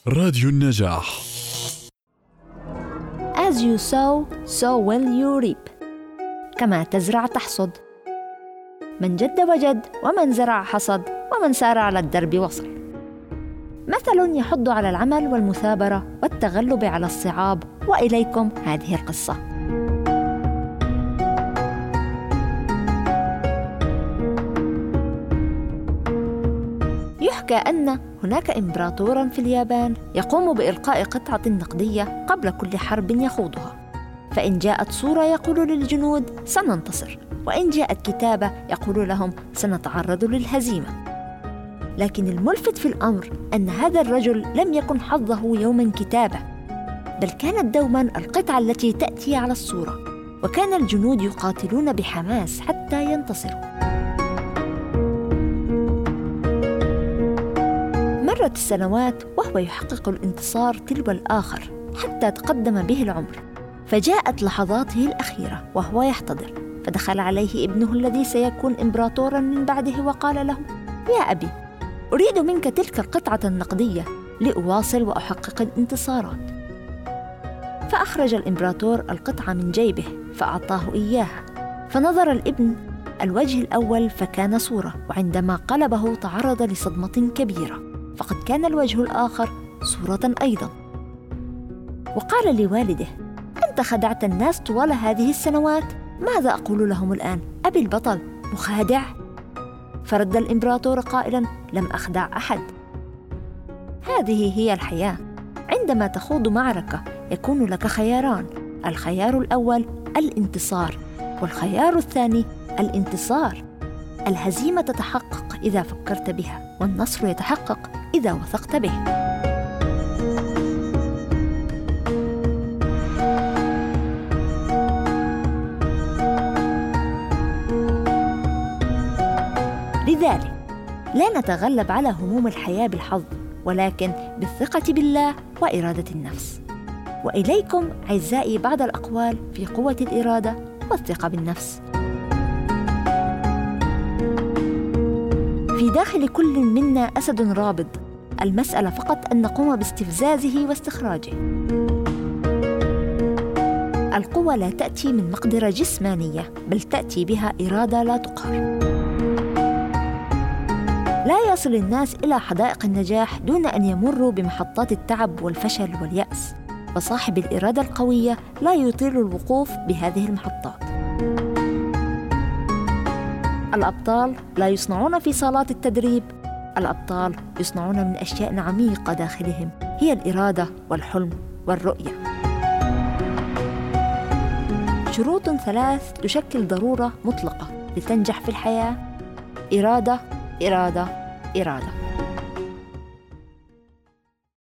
راديو النجاح. As you sow, so will you reap. كما تزرع تحصد. من جد وجد، ومن زرع حصد، ومن سار على الدرب وصل. مثل يحض على العمل والمثابرة والتغلب على الصعاب، وإليكم هذه القصة. يحكى أن هناك إمبراطوراً في اليابان يقوم بإلقاء قطعة نقدية قبل كل حرب يخوضها، فإن جاءت صورة يقول للجنود سننتصر، وإن جاءت كتابة يقول لهم سنتعرض للهزيمة. لكن الملفت في الأمر أن هذا الرجل لم يكن حظه يوماً كتابة، بل كانت دوماً القطعة التي تأتي على الصورة، وكان الجنود يقاتلون بحماس حتى ينتصروا. مرت السنوات وهو يحقق الانتصار تلو الآخر حتى تقدم به العمر، فجاءت لحظاته الأخيرة وهو يحتضر، فدخل عليه ابنه الذي سيكون إمبراطوراً من بعده وقال له: يا أبي، أريد منك تلك القطعة النقدية لأواصل وأحقق الانتصارات. فأخرج الإمبراطور القطعة من جيبه فأعطاه إياها، فنظر الابن الوجه الأول فكان صورة، وعندما قلبه تعرض لصدمة كبيرة، فقد كان الوجه الآخر صورة أيضاً. وقال لوالده: أنت خدعت الناس طوال هذه السنوات، ماذا أقول لهم الآن؟ أبي البطل مخادع؟ فرد الإمبراطور قائلاً: لم أخدع أحد. هذه هي الحياة. عندما تخوض معركة يكون لك خياران: الخيار الأول الانتصار، والخيار الثاني الانتصار. الهزيمة تتحقق إذا فكرت بها، والنصر يتحقق إذا وثقت به. لذلك لا نتغلب على هموم الحياة بالحظ، ولكن بالثقة بالله وإرادة النفس. وإليكم أعزائي بعض الأقوال في قوة الإرادة والثقة بالنفس. في داخل كل منا أسد رابض، المسألة فقط أن نقوم باستفزازه واستخراجه. القوة لا تأتي من مقدرة جسمانية، بل تأتي بها إرادة لا تقهر. لا يصل الناس إلى حدائق النجاح دون أن يمروا بمحطات التعب والفشل واليأس، وصاحب الإرادة القوية لا يطيل الوقوف بهذه المحطات. الأبطال لا يصنعون في صالات التدريب، الأبطال يصنعون من أشياء عميقة داخلهم، هي الإرادة والحلم والرؤية. شروط 3 تشكل ضرورة مطلقة لتنجح في الحياة: إرادة، إرادة، إرادة.